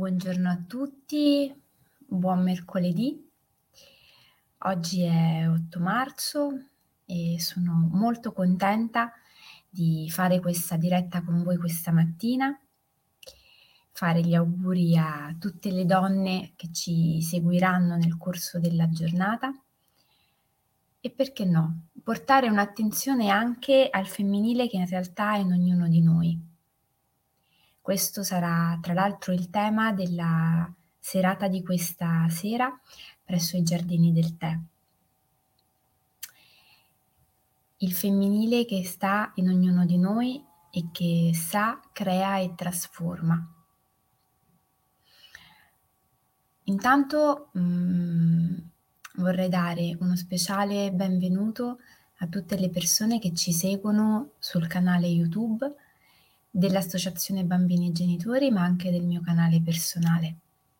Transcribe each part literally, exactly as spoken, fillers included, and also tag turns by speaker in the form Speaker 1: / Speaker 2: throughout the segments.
Speaker 1: Buongiorno a tutti, buon mercoledì. Oggi è otto marzo e sono molto contenta di fare questa diretta con voi questa mattina, fare gli auguri a tutte le donne che ci seguiranno nel corso della giornata e perché no, portare un'attenzione anche al femminile che in realtà è in ognuno di noi. Questo sarà tra l'altro il tema della serata di questa sera presso i Giardini del Tè. Il femminile che sta in ognuno di noi e che sa, crea e trasforma. Intanto mh, vorrei dare uno speciale benvenuto a tutte le persone che ci seguono sul canale YouTube dell'Associazione Bambini e Genitori, ma anche del mio canale personale.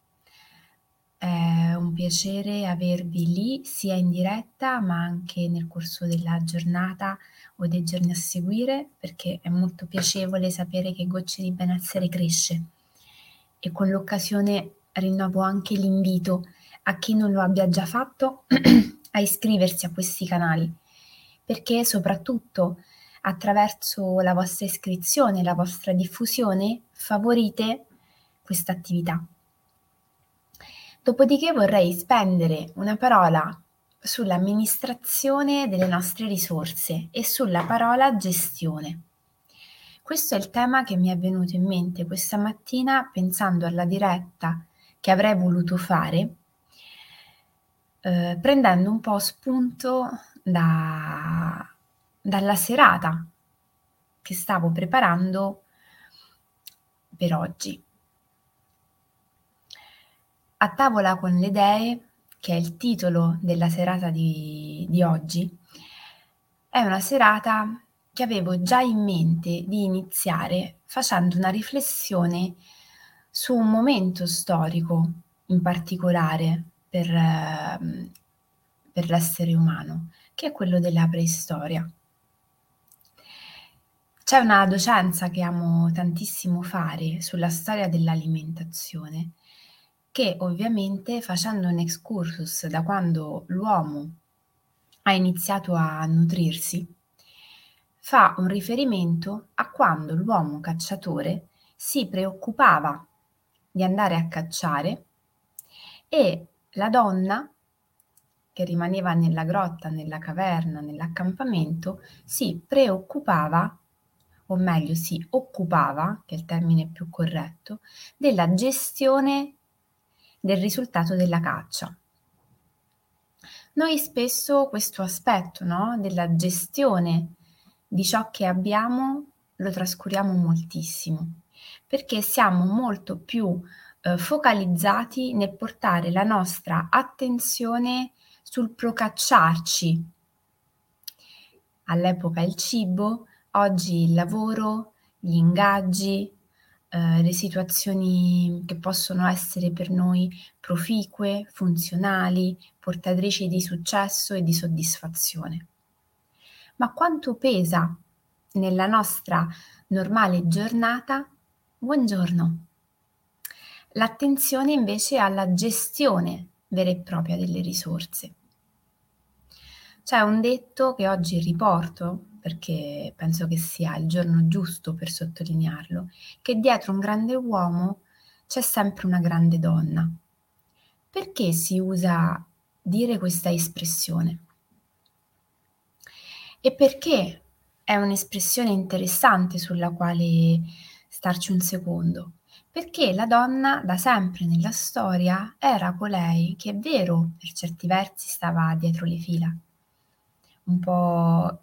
Speaker 1: È un piacere avervi lì sia in diretta ma anche nel corso della giornata o dei giorni a seguire, perché è molto piacevole sapere che Gocce di Benessere cresce. E con l'occasione rinnovo anche l'invito a chi non lo abbia già fatto a iscriversi a questi canali, perché soprattutto attraverso la vostra iscrizione, la vostra diffusione, favorite questa attività. Dopodiché vorrei spendere una parola sull'amministrazione delle nostre risorse e sulla parola gestione. Questo è il tema che mi è venuto in mente questa mattina pensando alla diretta che avrei voluto fare, eh, prendendo un po' spunto da, dalla serata che stavo preparando per oggi. A tavola con le dee, che è il titolo della serata di, di oggi, è una serata che avevo già in mente di iniziare facendo una riflessione su un momento storico in particolare per, eh, per l'essere umano, che è quello della preistoria. C'è una docenza che amo tantissimo fare sulla storia dell'alimentazione, che ovviamente facendo un excursus da quando l'uomo ha iniziato a nutrirsi, fa un riferimento a quando l'uomo cacciatore si preoccupava di andare a cacciare e la donna che rimaneva nella grotta, nella caverna, nell'accampamento, si preoccupava, o meglio si occupava, che è il termine più corretto, della gestione del risultato della caccia. Noi spesso questo aspetto, no, della gestione di ciò che abbiamo lo trascuriamo moltissimo, perché siamo molto più eh, focalizzati nel portare la nostra attenzione sul procacciarci. All'epoca il cibo, oggi il lavoro, gli ingaggi, eh, le situazioni che possono essere per noi proficue, funzionali, portatrici di successo e di soddisfazione. Ma quanto pesa nella nostra normale giornata? Buongiorno. L'attenzione invece alla gestione vera e propria delle risorse. C'è un detto che oggi riporto, perché penso che sia il giorno giusto per sottolinearlo, che dietro un grande uomo c'è sempre una grande donna. Perché si usa dire questa espressione? E perché è un'espressione interessante sulla quale starci un secondo? Perché la donna da sempre nella storia era colei che è vero, per certi versi stava dietro le fila, un po'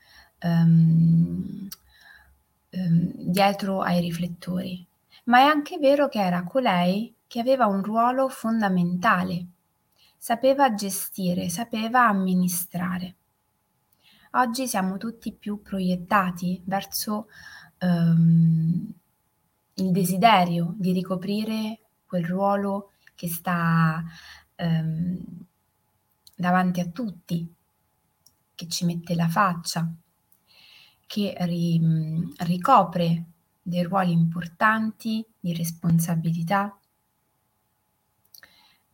Speaker 1: um, um, dietro ai riflettori, ma è anche vero che era colei che aveva un ruolo fondamentale, sapeva gestire, sapeva amministrare. Oggi siamo tutti più proiettati verso um, il desiderio di ricoprire quel ruolo che sta um, davanti a tutti, che ci mette la faccia, che ri, ricopre dei ruoli importanti di responsabilità,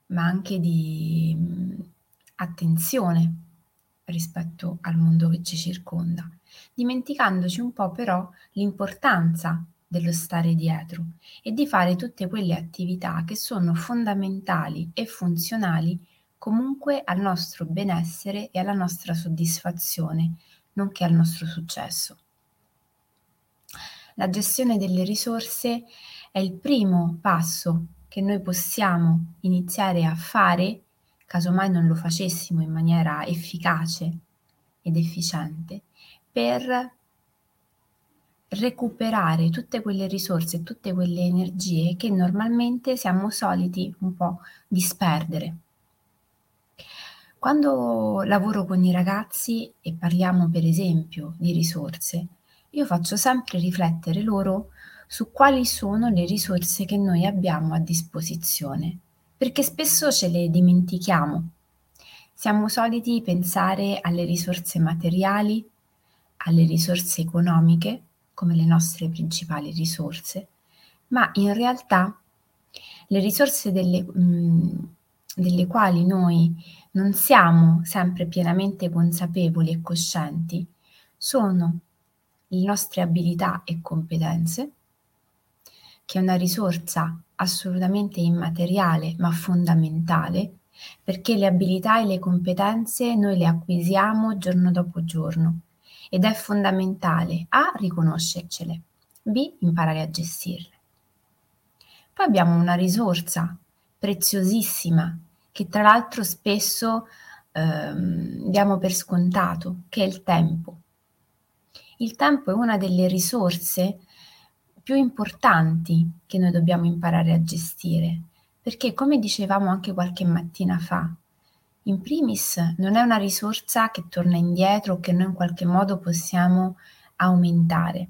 Speaker 1: ma anche di mh, attenzione rispetto al mondo che ci circonda, dimenticandoci un po' però l'importanza dello stare dietro e di fare tutte quelle attività che sono fondamentali e funzionali comunque al nostro benessere e alla nostra soddisfazione, nonché al nostro successo. La gestione delle risorse è il primo passo che noi possiamo iniziare a fare, casomai non lo facessimo in maniera efficace ed efficiente, per recuperare tutte quelle risorse e tutte quelle energie che normalmente siamo soliti un po' disperdere. Quando lavoro con i ragazzi e parliamo per esempio di risorse, io faccio sempre riflettere loro su quali sono le risorse che noi abbiamo a disposizione, perché spesso ce le dimentichiamo. Siamo soliti pensare alle risorse materiali, alle risorse economiche come le nostre principali risorse, ma in realtà le risorse delle, mhmm, delle quali noi non siamo sempre pienamente consapevoli e coscienti sono le nostre abilità e competenze, che è una risorsa assolutamente immateriale ma fondamentale, perché le abilità e le competenze noi le acquisiamo giorno dopo giorno ed è fondamentale A riconoscercele, B imparare a gestirle. Poi abbiamo una risorsa preziosissima che tra l'altro spesso, ehm, diamo per scontato, che è il tempo. Il tempo è una delle risorse più importanti che noi dobbiamo imparare a gestire, perché come dicevamo anche qualche mattina fa, in primis non è una risorsa che torna indietro o che noi in qualche modo possiamo aumentare,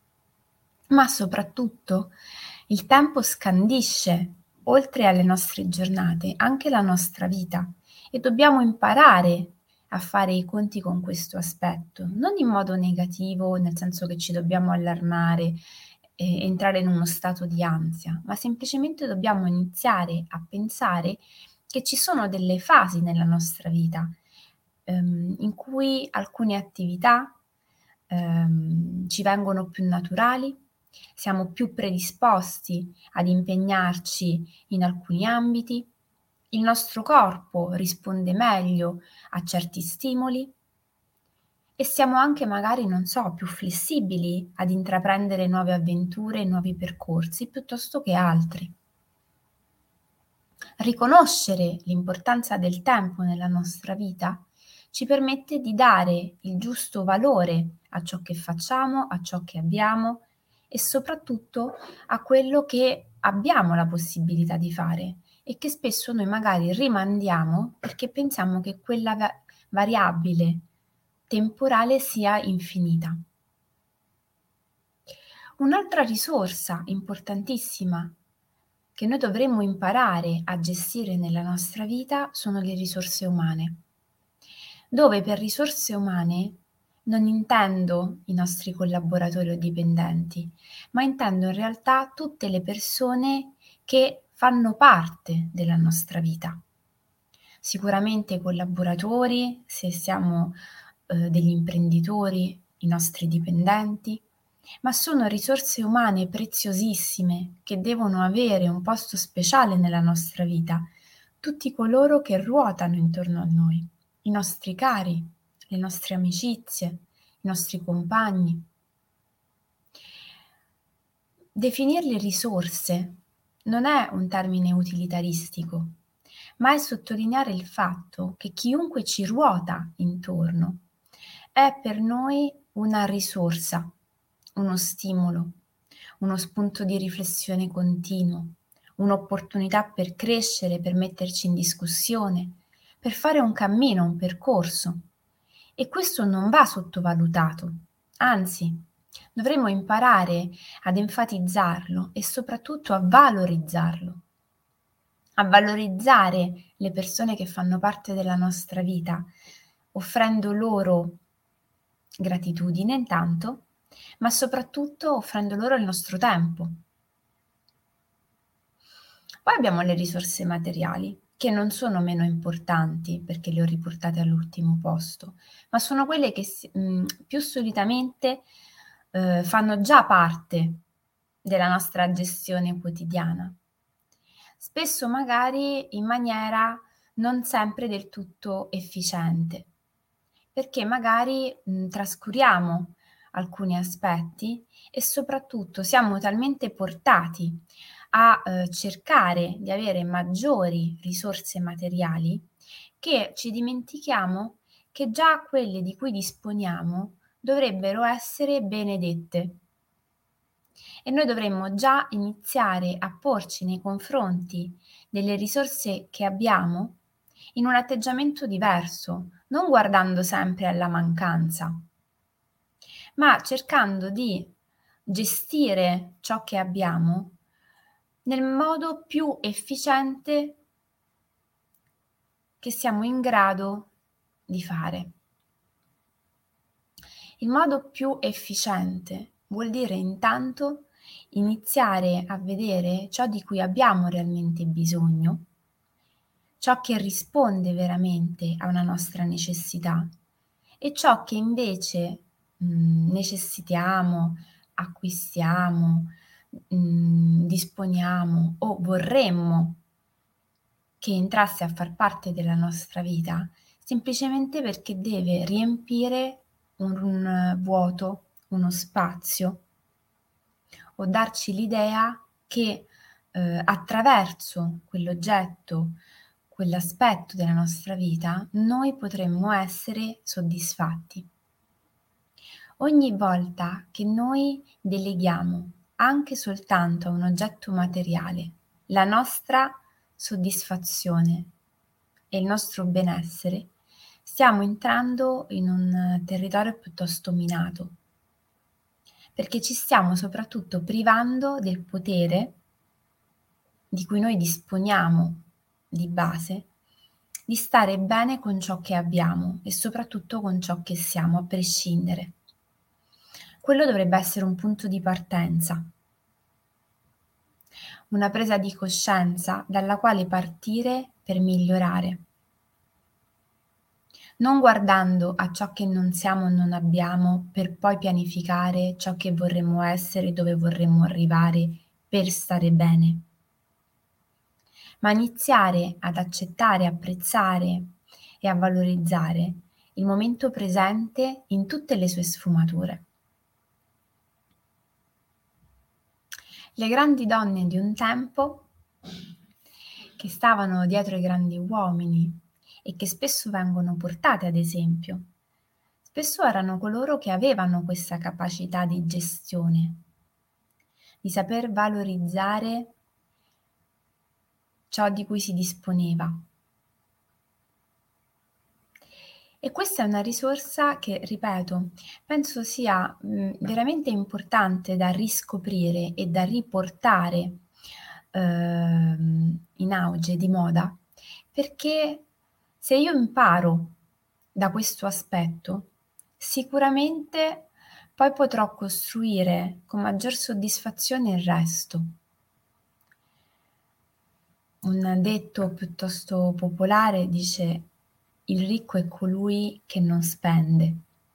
Speaker 1: ma soprattutto il tempo scandisce, oltre alle nostre giornate, anche la nostra vita e dobbiamo imparare a fare i conti con questo aspetto, non in modo negativo, nel senso che ci dobbiamo allarmare e entrare in uno stato di ansia, ma semplicemente dobbiamo iniziare a pensare che ci sono delle fasi nella nostra vita, ehm, in cui alcune attività, ehm, ci vengono più naturali, siamo più predisposti ad impegnarci in alcuni ambiti, il nostro corpo risponde meglio a certi stimoli e siamo anche magari, non so, più flessibili ad intraprendere nuove avventure e nuovi percorsi piuttosto che altri. Riconoscere l'importanza del tempo nella nostra vita ci permette di dare il giusto valore a ciò che facciamo, a ciò che abbiamo e soprattutto a quello che abbiamo la possibilità di fare e che spesso noi magari rimandiamo perché pensiamo che quella va- variabile temporale sia infinita. Un'altra risorsa importantissima che noi dovremmo imparare a gestire nella nostra vita sono le risorse umane, dove per risorse umane non intendo i nostri collaboratori o dipendenti, ma intendo in realtà tutte le persone che fanno parte della nostra vita. Sicuramente i collaboratori, se siamo eh, degli imprenditori, i nostri dipendenti, ma sono risorse umane preziosissime che devono avere un posto speciale nella nostra vita, tutti coloro che ruotano intorno a noi, i nostri cari, le nostre amicizie, i nostri compagni. Definirle risorse non è un termine utilitaristico, ma è sottolineare il fatto che chiunque ci ruota intorno è per noi una risorsa, uno stimolo, uno spunto di riflessione continuo, un'opportunità per crescere, per metterci in discussione, per fare un cammino, un percorso. E questo non va sottovalutato, anzi, dovremmo imparare ad enfatizzarlo e soprattutto a valorizzarlo, a valorizzare le persone che fanno parte della nostra vita, offrendo loro gratitudine intanto, ma soprattutto offrendo loro il nostro tempo. Poi abbiamo le risorse materiali, che non sono meno importanti perché le ho riportate all'ultimo posto, ma sono quelle che s mhmm, più solitamente, uhm, fanno già parte della nostra gestione quotidiana. Spesso magari in maniera non sempre del tutto efficiente, perché magari, mhmm, trascuriamo alcuni aspetti e soprattutto siamo talmente portati a, uhm, cercare di avere maggiori risorse materiali, che ci dimentichiamo che già quelle di cui disponiamo dovrebbero essere benedette. E noi dovremmo già iniziare a porci nei confronti delle risorse che abbiamo in un atteggiamento diverso, non guardando sempre alla mancanza, ma cercando di gestire ciò che abbiamo nel modo più efficiente che siamo in grado di fare. Il modo più efficiente vuol dire intanto iniziare a vedere ciò di cui abbiamo realmente bisogno, ciò che risponde veramente a una nostra necessità e ciò che invece, mhmm, necessitiamo, acquistiamo, mhmm, disponiamo o vorremmo che entrasse a far parte della nostra vita, semplicemente perché deve riempire un vuoto, uno spazio o darci l'idea che, uhm, attraverso quell'oggetto, quell'aspetto della nostra vita, noi potremmo essere soddisfatti. Ogni volta che noi deleghiamo, anche soltanto a un oggetto materiale, la nostra soddisfazione e il nostro benessere, stiamo entrando in un territorio piuttosto minato, perché ci stiamo soprattutto privando del potere di cui noi disponiamo di base, di stare bene con ciò che abbiamo e soprattutto con ciò che siamo, a prescindere. Quello dovrebbe essere un punto di partenza, una presa di coscienza dalla quale partire per migliorare. Non guardando a ciò che non siamo o non abbiamo per poi pianificare ciò che vorremmo essere, dove vorremmo arrivare per stare bene, ma iniziare ad accettare, apprezzare e a valorizzare il momento presente in tutte le sue sfumature. Le grandi donne di un tempo, che stavano dietro ai grandi uomini e che spesso vengono portate ad esempio, spesso erano coloro che avevano questa capacità di gestione, di saper valorizzare ciò di cui si disponeva. E questa è una risorsa che, ripeto, penso sia, mhmm, veramente importante da riscoprire e da riportare, uhm, in auge, di moda, perché se io imparo da questo aspetto, sicuramente poi potrò costruire con maggior soddisfazione il resto. Un detto piuttosto popolare dice: "Il ricco è colui che non spende".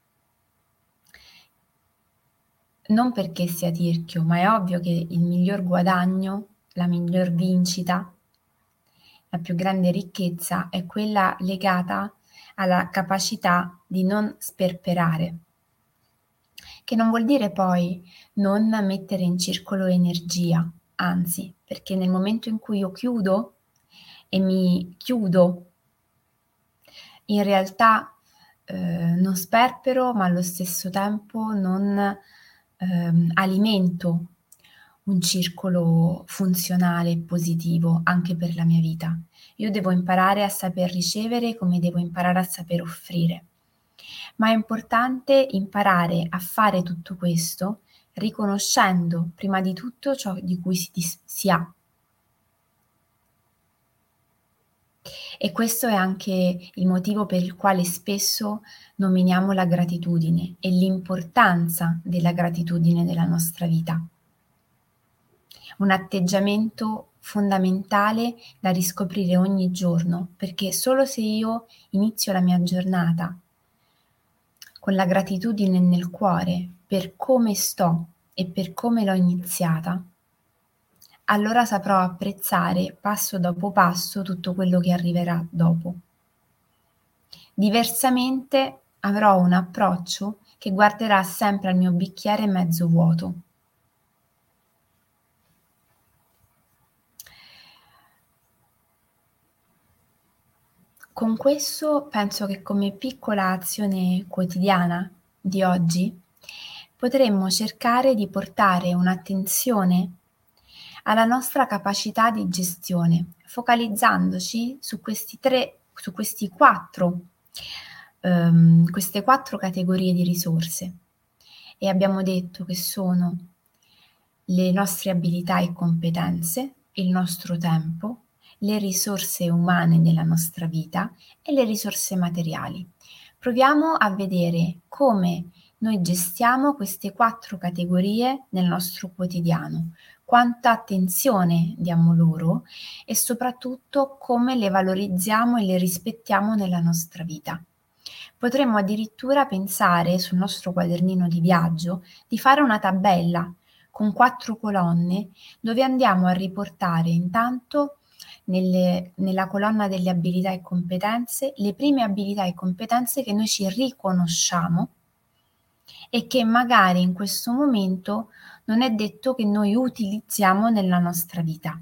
Speaker 1: Non perché sia tirchio, ma è ovvio che il miglior guadagno, la miglior vincita, la più grande ricchezza è quella legata alla capacità di non sperperare, che non vuol dire poi non mettere in circolo energia, anzi, perché nel momento in cui io chiudo e mi chiudo, in realtà, uhm, non sperpero, ma allo stesso tempo non, uhm, alimento un circolo funzionale e positivo anche per la mia vita. Io devo imparare a saper ricevere come devo imparare a saper offrire. Ma è importante imparare a fare tutto questo riconoscendo prima di tutto ciò di cui si dis si ha. E questo è anche il motivo per il quale spesso nominiamo la gratitudine e l'importanza della gratitudine nella nostra vita. Un atteggiamento fondamentale da riscoprire ogni giorno, perché solo se io inizio la mia giornata con la gratitudine nel cuore per come sto e per come l'ho iniziata, allora saprò apprezzare passo dopo passo tutto quello che arriverà dopo. Diversamente avrò un approccio che guarderà sempre al mio bicchiere mezzo vuoto. Con questo penso che come piccola azione quotidiana di oggi potremmo cercare di portare un'attenzione alla nostra capacità di gestione, focalizzandoci su questi tre su questi quattro uhm, queste quattro categorie di risorse. E abbiamo detto che sono le nostre abilità e competenze, il nostro tempo, le risorse umane nella nostra vita e le risorse materiali. Proviamo a vedere come noi gestiamo queste quattro categorie nel nostro quotidiano, quanta attenzione diamo loro e soprattutto come le valorizziamo e le rispettiamo nella nostra vita. Potremmo addirittura pensare sul nostro quadernino di viaggio di fare una tabella con quattro colonne dove andiamo a riportare intanto nelle, nella colonna delle abilità e competenze le prime abilità e competenze che noi ci riconosciamo e che magari in questo momento non è detto che noi utilizziamo nella nostra vita.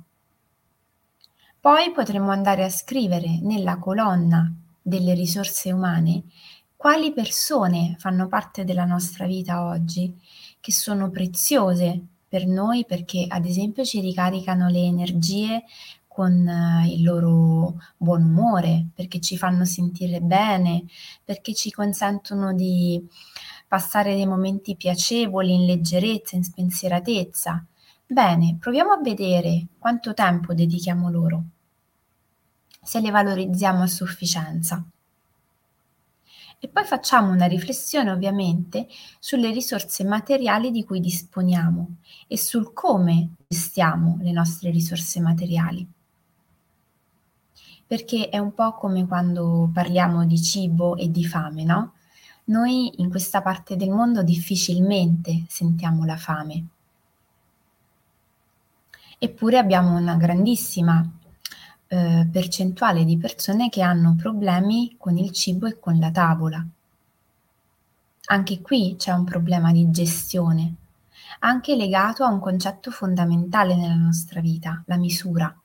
Speaker 1: Poi potremmo andare a scrivere nella colonna delle risorse umane quali persone fanno parte della nostra vita oggi, che sono preziose per noi perché ad esempio ci ricaricano le energie con eh, il loro buon umore, perché ci fanno sentire bene, perché ci consentono di passare dei momenti piacevoli in leggerezza, in spensieratezza. Bene, proviamo a vedere quanto tempo dedichiamo loro, se le valorizziamo a sufficienza. E poi facciamo una riflessione ovviamente sulle risorse materiali di cui disponiamo e sul come gestiamo le nostre risorse materiali. Perché è un po' come quando parliamo di cibo e di fame, no? Noi in questa parte del mondo difficilmente sentiamo la fame. Eppure abbiamo una grandissima eh, percentuale di persone che hanno problemi con il cibo e con la tavola. Anche qui c'è un problema di gestione, anche legato a un concetto fondamentale nella nostra vita, la misura.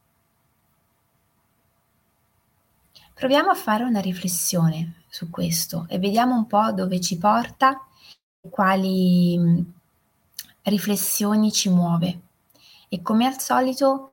Speaker 1: Proviamo a fare una riflessione su questo e vediamo un po' dove ci porta e quali mh, riflessioni ci muove. E come al solito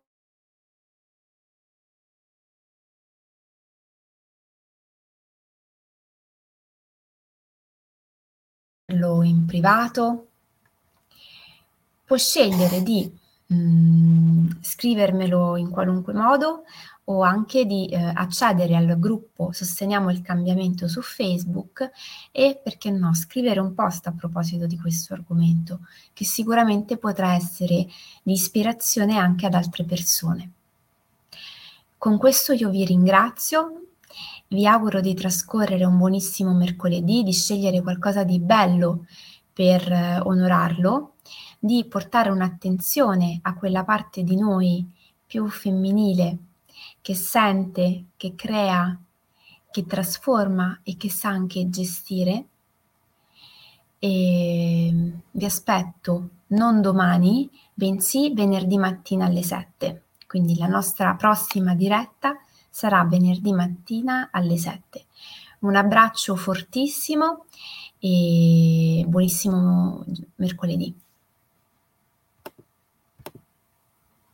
Speaker 1: lo in privato, può scegliere di mhmm, scrivermelo in qualunque modo o anche di, ehm, accedere al gruppo Sosteniamo il cambiamento su Facebook e, perché no, scrivere un post a proposito di questo argomento, che sicuramente potrà essere di ispirazione anche ad altre persone. Con questo io vi ringrazio, vi auguro di trascorrere un buonissimo mercoledì, di scegliere qualcosa di bello per eh, onorarlo, di portare un'attenzione a quella parte di noi più femminile che sente, che crea, che trasforma e che sa anche gestire. E vi aspetto non domani, bensì venerdì mattina alle sette. Quindi la nostra prossima diretta sarà venerdì mattina alle sette. Un abbraccio fortissimo e buonissimo mercoledì.